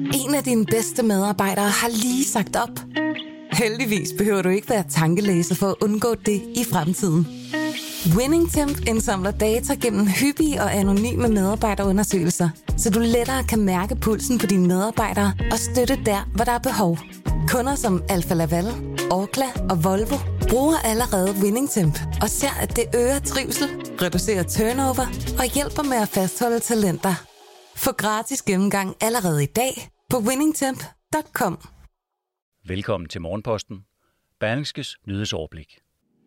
En af dine bedste medarbejdere har lige sagt op. Heldigvis behøver du ikke være tankelæser for at undgå det i fremtiden. WinningTemp indsamler data gennem hyppige og anonyme medarbejderundersøgelser, så du lettere kan mærke pulsen på dine medarbejdere og støtte der, hvor der er behov. Kunder som Alfa Laval, Orkla og Volvo bruger allerede WinningTemp og ser, at det øger trivsel, reducerer turnover og hjælper med at fastholde talenter. Få gratis gennemgang allerede i dag på winningtemp.com. Velkommen til Morgenposten. Berlingskes nyhedsoverblik.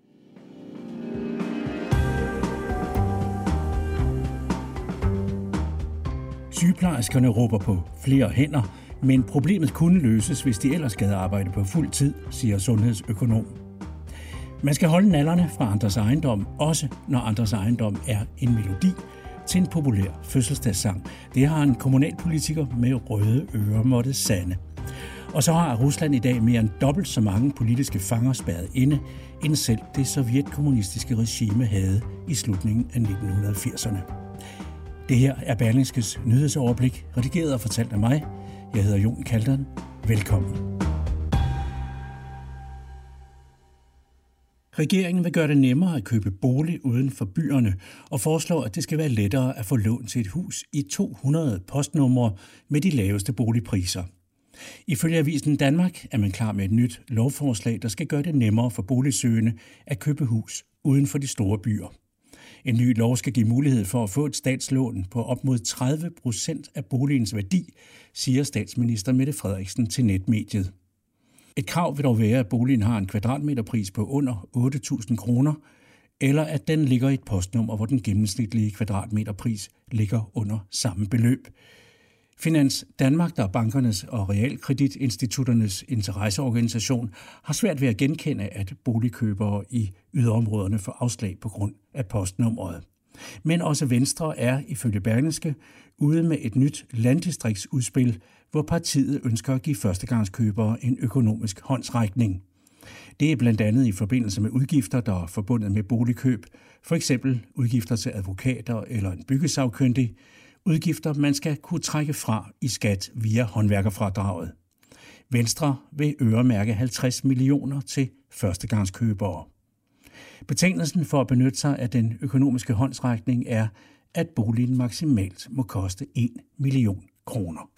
Sygeplejerskerne råber på flere hænder, men problemet kunne løses, hvis de ellers skal arbejde på fuld tid, siger sundhedsøkonom. Man skal holde nallerne fra andres ejendom, også når andres ejendom er en melodi til en populær fødselsdagssang. Det har en kommunalpolitiker med røde ører måtte sande. Og så har Rusland i dag mere end dobbelt så mange politiske fanger spærret inde, end selv det sovjetkommunistiske regime havde i slutningen af 1980'erne. Det her er Berlingskes nyhedsoverblik, redigeret og fortalt af mig. Jeg hedder Jon Kaldan. Velkommen. Regeringen vil gøre det nemmere at købe bolig uden for byerne og foreslår, at det skal være lettere at få lån til et hus i 200 postnumre med de laveste boligpriser. Ifølge Avisen Danmark er man klar med et nyt lovforslag, der skal gøre det nemmere for boligsøgende at købe hus uden for de store byer. En ny lov skal give mulighed for at få et statslån på op mod 30% af boligens værdi, siger statsminister Mette Frederiksen til netmediet. Et krav vil dog være, at boligen har en kvadratmeterpris på under 8.000 kroner, eller at den ligger i et postnummer, hvor den gennemsnitlige kvadratmeterpris ligger under samme beløb. Finans Danmark, der er bankernes og realkreditinstitutternes interesseorganisation, har svært ved at genkende, at boligkøbere i yderområderne får afslag på grund af postnummeret. Men også Venstre er, ifølge Berlingske, ude med et nyt landdistriktsudspil, hvor partiet ønsker at give førstegangskøbere en økonomisk håndsrækning. Det er blandt andet i forbindelse med udgifter, der er forbundet med boligkøb, for eksempel udgifter til advokater eller en byggesagkyndig, udgifter, man skal kunne trække fra i skat via håndværkerfradraget. Venstre vil øremærke 50 millioner til førstegangskøbere. Betingelsen for at benytte sig af den økonomiske håndsrækning er, at boligen maksimalt må koste 1 million kroner.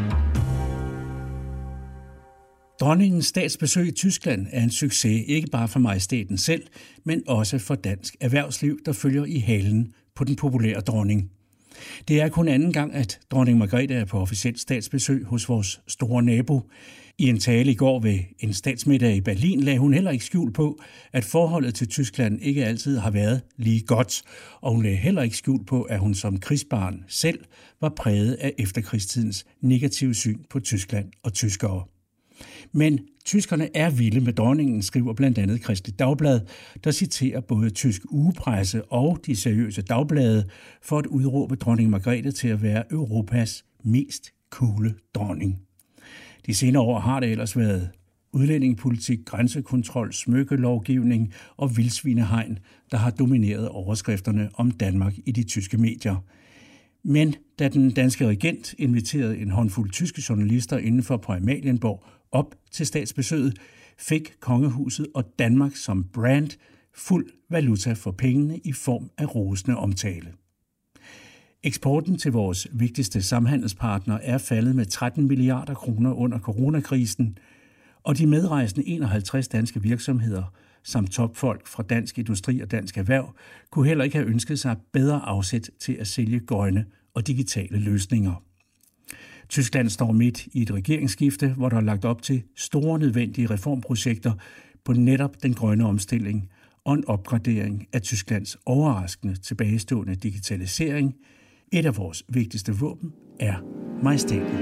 Dronningens statsbesøg i Tyskland er en succes, ikke bare for majestæten selv, men også for dansk erhvervsliv, der følger i halen på den populære dronning. Det er kun anden gang, at dronning Margrethe er på officielt statsbesøg hos vores store nabo. I en tale i går ved en statsmiddag i Berlin lagde hun heller ikke skjul på, at forholdet til Tyskland ikke altid har været lige godt, og hun lagde heller ikke skjul på, at hun som krigsbarn selv var præget af efterkrigstidens negative syn på Tyskland og tyskere. Men tyskerne er vilde med dronningen, skriver blandt andet Kristeligt Dagblad, der citerer både tysk ugepresse og de seriøse dagblade for at udråbe dronning Margrethe til at være Europas mest coole dronning. De senere år har det ellers været udlændingepolitik, grænsekontrol, smykkelovgivning og vildsvinehegn, der har domineret overskrifterne om Danmark i de tyske medier. Men da den danske regent inviterede en håndfuld tyske journalister indenfor på Amalienborg op til statsbesøget, fik kongehuset og Danmark som brand fuld valuta for pengene i form af rosende omtale. Eksporten til vores vigtigste samhandelspartner er faldet med 13 milliarder kroner under coronakrisen, og de medrejsende 51 danske virksomheder samt topfolk fra Dansk Industri og Dansk Erhverv kunne heller ikke have ønsket sig bedre afsæt til at sælge grønne og digitale løsninger. Tyskland står midt i et regeringsskifte, hvor der er lagt op til store nødvendige reformprojekter på netop den grønne omstilling og en opgradering af Tysklands overraskende tilbagestående digitalisering. Et af vores vigtigste våben er majestæten.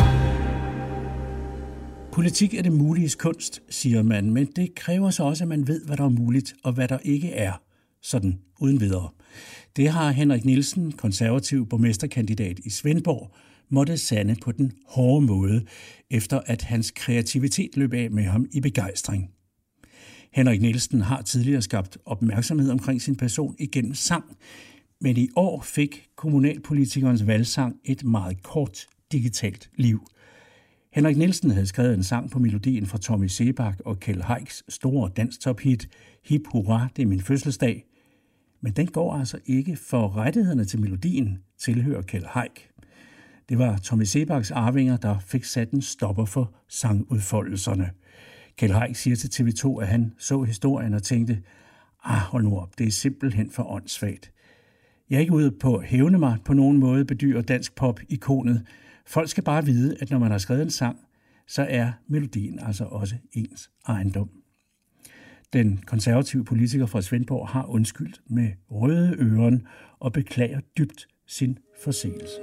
Politik er det muliges kunst, siger man, men det kræver så også, at man ved, hvad der er muligt og hvad der ikke er, sådan uden videre. Det har Henrik Nielsen, konservativ borgmesterkandidat i Svendborg, måtte sande på den hårde måde, efter at hans kreativitet løb af med ham i begejstring. Henrik Nielsen har tidligere skabt opmærksomhed omkring sin person igennem sang, men i år fik kommunalpolitikernes valgsang et meget kort digitalt liv. Henrik Nielsen havde skrevet en sang på melodien fra Tommy Sebak og Kjeld Heiks store danstophit Hip Hurra, det er min fødselsdag. Men den går altså ikke, for rettighederne til melodien tilhører Kjeld Haik. Det var Tommy Sebaks arvinger, der fik sat en stopper for sangudfoldelserne. Kjeld Haik siger til TV2, at han så historien og tænkte, hold nu op, det er simpelthen for åndssvagt. Jeg er ikke ude på at hævne mig på nogen måde, bedyrer dansk pop-ikonet. Folk skal bare vide, at når man har skrevet en sang, så er melodien altså også ens ejendom. Den konservative politiker fra Svendborg har undskyldt med røde øren og beklager dybt sin forseelse.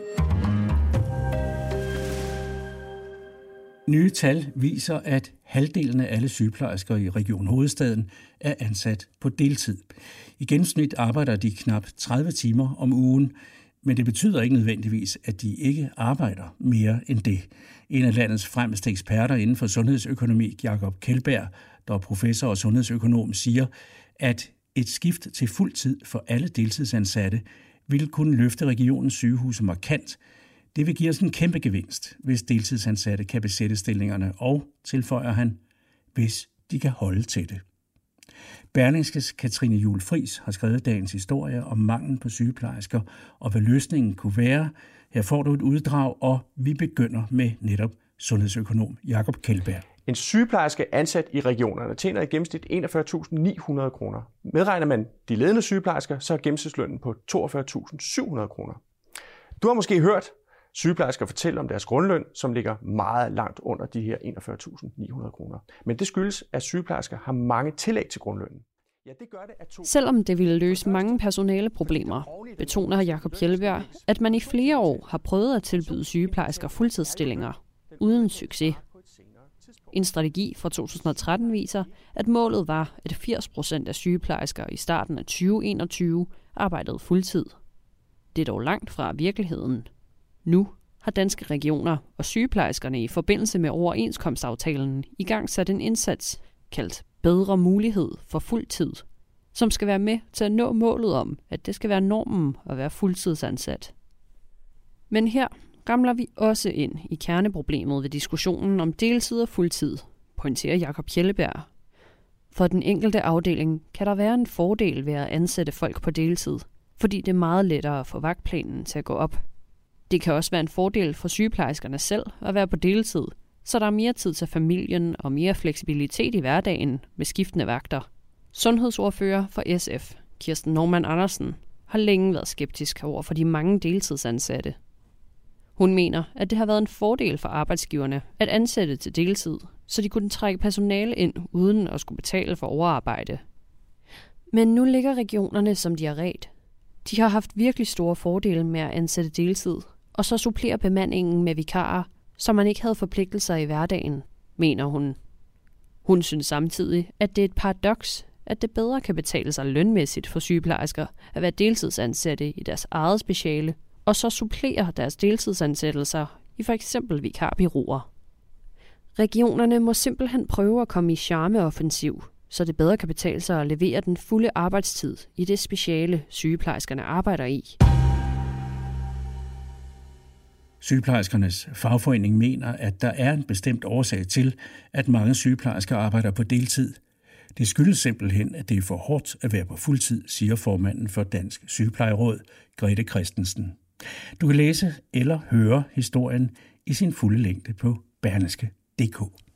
Nye tal viser, at halvdelen af alle sygeplejersker i Region Hovedstaden er ansat på deltid. I gennemsnit arbejder de knap 30 timer om ugen, men det betyder ikke nødvendigvis, at de ikke arbejder mere end det. En af landets fremmeste eksperter inden for sundhedsøkonomi, Jakob Kjeldberg, der er professor og sundhedsøkonom, siger, at et skift til fuld tid for alle deltidsansatte vil kunne løfte regionens sygehuse markant. Det vil give os en kæmpe gevinst, hvis deltidsansatte kan besætte stillingerne, og, tilføjer han, hvis de kan holde til det. Berlingskes Katrine Juel Friis har skrevet dagens historie om manglen på sygeplejersker, og hvad løsningen kunne være. Her får du et uddrag, og vi begynder med netop sundhedsøkonom Jakob Kjeldberg. En sygeplejerske ansat i regionerne tjener i gennemsnit 41.900 kroner. Medregner man de ledende sygeplejersker, så er gennemsnitslønnen på 42.700 kroner. Du har måske hørt sygeplejersker fortælle om deres grundløn, som ligger meget langt under de her 41.900 kroner. Men det skyldes, at sygeplejersker har mange tillæg til grundlønnen. Ja, det gør det, at Selvom det ville løse mange personaleproblemer, betoner Jakob Kjeldberg, at man i flere år har prøvet at tilbyde sygeplejersker fuldtidsstillinger, uden succes. En strategi fra 2013 viser, at målet var, at 80% af sygeplejersker i starten af 2021 arbejdede fuldtid. Det er dog langt fra virkeligheden. Nu har Danske Regioner og sygeplejerskerne i forbindelse med overenskomstaftalen igangsat en indsats, kaldt Bedre Mulighed for Fuldtid, som skal være med til at nå målet om, at det skal være normen at være fuldtidsansat. Men her ramler vi også ind i kerneproblemet ved diskussionen om deltid og fuldtid, pointerer Jakob Kjeldberg. For den enkelte afdeling kan der være en fordel ved at ansætte folk på deltid, fordi det er meget lettere at få vagtplanen til at gå op. Det kan også være en fordel for sygeplejerskerne selv at være på deltid, så der er mere tid til familien og mere fleksibilitet i hverdagen med skiftende vagter. Sundhedsordfører for SF, Kirsten Normann Andersen, har længe været skeptisk over for de mange deltidsansatte. Hun mener, at det har været en fordel for arbejdsgiverne at ansætte til deltid, så de kunne trække personale ind uden at skulle betale for overarbejde. Men nu ligger regionerne, som de har ret. De har haft virkelig store fordele med at ansætte deltid, og så supplere bemandingen med vikarer, så man ikke havde forpligtelser i hverdagen, mener hun. Hun synes samtidig, at det er et paradoks, at det bedre kan betale sig lønmæssigt for sygeplejersker at være deltidsansatte i deres eget speciale, og så supplere deres deltidsansættelser i for eksempel vikarbureauer. Regionerne må simpelthen prøve at komme i charmeoffensiv, så det bedre kan betale sig at levere den fulde arbejdstid i det speciale, sygeplejerskerne arbejder i. Sygeplejerskernes fagforening mener, at der er en bestemt årsag til, at mange sygeplejersker arbejder på deltid. Det skyldes simpelthen, at det er for hårdt at være på fuldtid, siger formanden for Dansk Sygeplejeråd, Grete Christensen. Du kan læse eller høre historien i sin fulde længde på berlingske.dk.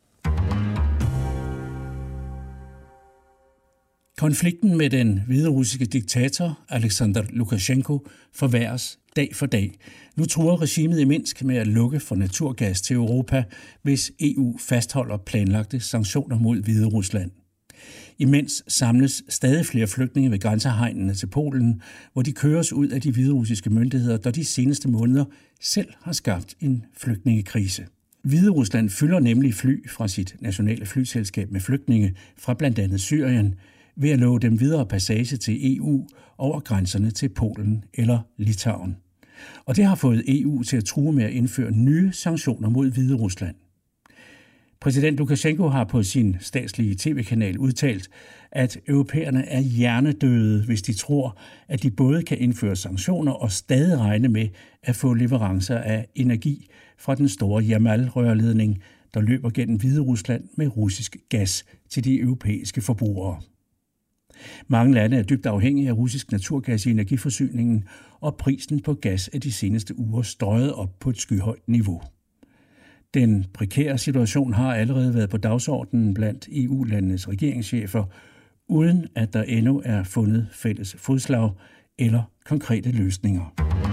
Konflikten med den hviderussiske diktator Alexander Lukasjenko forværres dag for dag. Nu truer regimet i Minsk med at lukke for naturgas til Europa, hvis EU fastholder planlagte sanktioner mod Hviderusland. Imens samles stadig flere flygtninge ved grænsehegnene til Polen, hvor de køres ud af de hviderussiske myndigheder, der de seneste måneder selv har skabt en flygtningekrise. Hviderusland fylder nemlig fly fra sit nationale flyselskab med flygtninge fra blandt andet Syrien, ved at love dem videre passage til EU over grænserne til Polen eller Litauen. Og det har fået EU til at true med at indføre nye sanktioner mod Hviderusland. Præsident Lukashenko har på sin statslige tv-kanal udtalt, at europæerne er hjernedøde, hvis de tror, at de både kan indføre sanktioner og stadig regne med at få leverancer af energi fra den store Jamal-rørledning, der løber gennem Hviderusland med russisk gas til de europæiske forbrugere. Mange lande er dybt afhængige af russisk naturgas i energiforsyningen, og prisen på gas er de seneste uger strøget op på et skyhøjt niveau. Den prekære situation har allerede været på dagsordenen blandt EU-landenes regeringschefer, uden at der endnu er fundet fælles fodslag eller konkrete løsninger.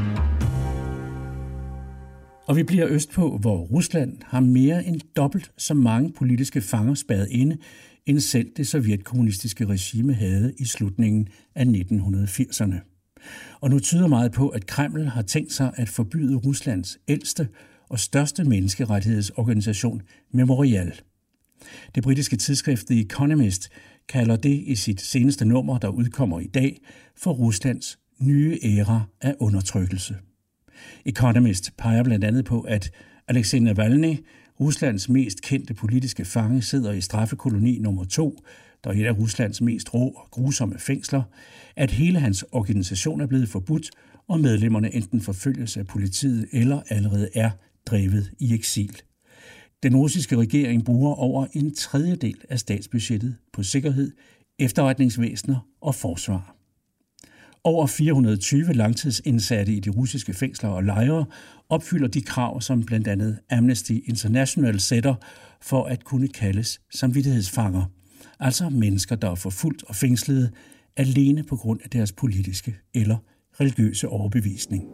Og vi bliver østpå, hvor Rusland har mere end dobbelt så mange politiske fanger spærret inde, end selv det sovjetkommunistiske regime havde i slutningen af 1980'erne. Og nu tyder meget på, at Kreml har tænkt sig at forbyde Ruslands ældste og største menneskerettighedsorganisation, Memorial. Det britiske tidsskrift The Economist kalder det i sit seneste nummer, der udkommer i dag, for Ruslands nye æra af undertrykkelse. Economist peger blandt andet på, at Alexei Navalny, Ruslands mest kendte politiske fange, sidder i straffekoloni nummer 2, der er et af Ruslands mest rå og grusomme fængsler, at hele hans organisation er blevet forbudt, og medlemmerne enten forfølges af politiet eller allerede er drevet i eksil. Den russiske regering bruger over en tredjedel af statsbudgettet på sikkerhed, efterretningsvæsener og forsvar. Over 420 langtidsindsatte i de russiske fængsler og lejre opfylder de krav, som blandt andet Amnesty International sætter for at kunne kaldes samvittighedsfanger, altså mennesker, der er forfulgt og fængslede alene på grund af deres politiske eller religiøse overbevisning.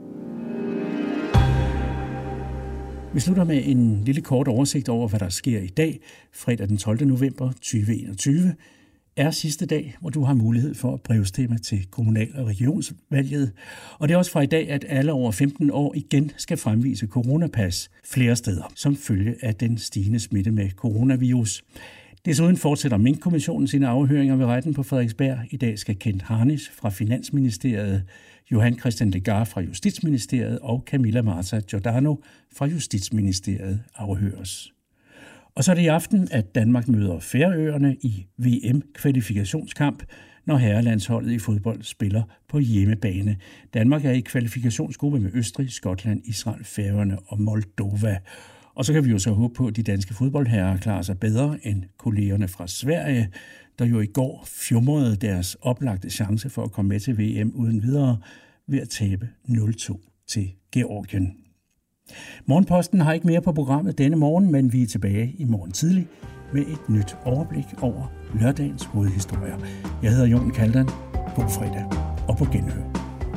Vi slutter med en lille kort oversigt over, hvad der sker i dag, fredag den 12. november 2021, er sidste dag, hvor du har mulighed for at brevstemme til kommunal- og regionsvalget. Og det er også fra i dag, at alle over 15 år igen skal fremvise coronapas flere steder, som følge af den stigende smitte med coronavirus. Desuden fortsætter Minkkommissionen sine afhøringer ved retten på Frederiksberg. I dag skal Kent Harnisch fra Finansministeriet, Johan Christian Legar fra Justitsministeriet og Camilla Marta Giordano fra Justitsministeriet afhøres. Og så er det i aften, at Danmark møder Færøerne i VM-kvalifikationskamp, når herrelandsholdet i fodbold spiller på hjemmebane. Danmark er i kvalifikationsgruppe med Østrig, Skotland, Israel, Færøerne og Moldova. Og så kan vi jo så håbe på, at de danske fodboldherrer klarer sig bedre end kollegerne fra Sverige, der jo i går fjumrede deres oplagte chance for at komme med til VM uden videre ved at tabe 0-2 til Georgien. Morgenposten har ikke mere på programmet denne morgen, men vi er tilbage i morgen tidlig med et nyt overblik over lørdagens hovedhistorier. Jeg hedder Jon Kaldan. God fredag og på genhør.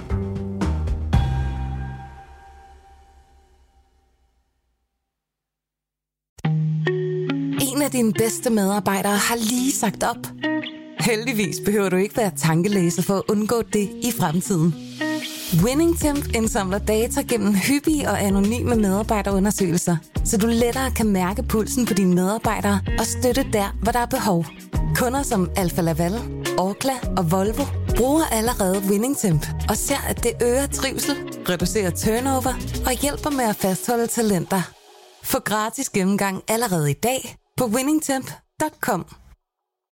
En af dine bedste medarbejdere har lige sagt op. Heldigvis behøver du ikke være tankelæser for at undgå det i fremtiden. WinningTemp indsamler data gennem hyppige og anonyme medarbejderundersøgelser, så du lettere kan mærke pulsen på dine medarbejdere og støtte der, hvor der er behov. Kunder som Alfa Laval, Orkla og Volvo bruger allerede WinningTemp og ser, at det øger trivsel, reducerer turnover og hjælper med at fastholde talenter. Få gratis gennemgang allerede i dag på winningtemp.com.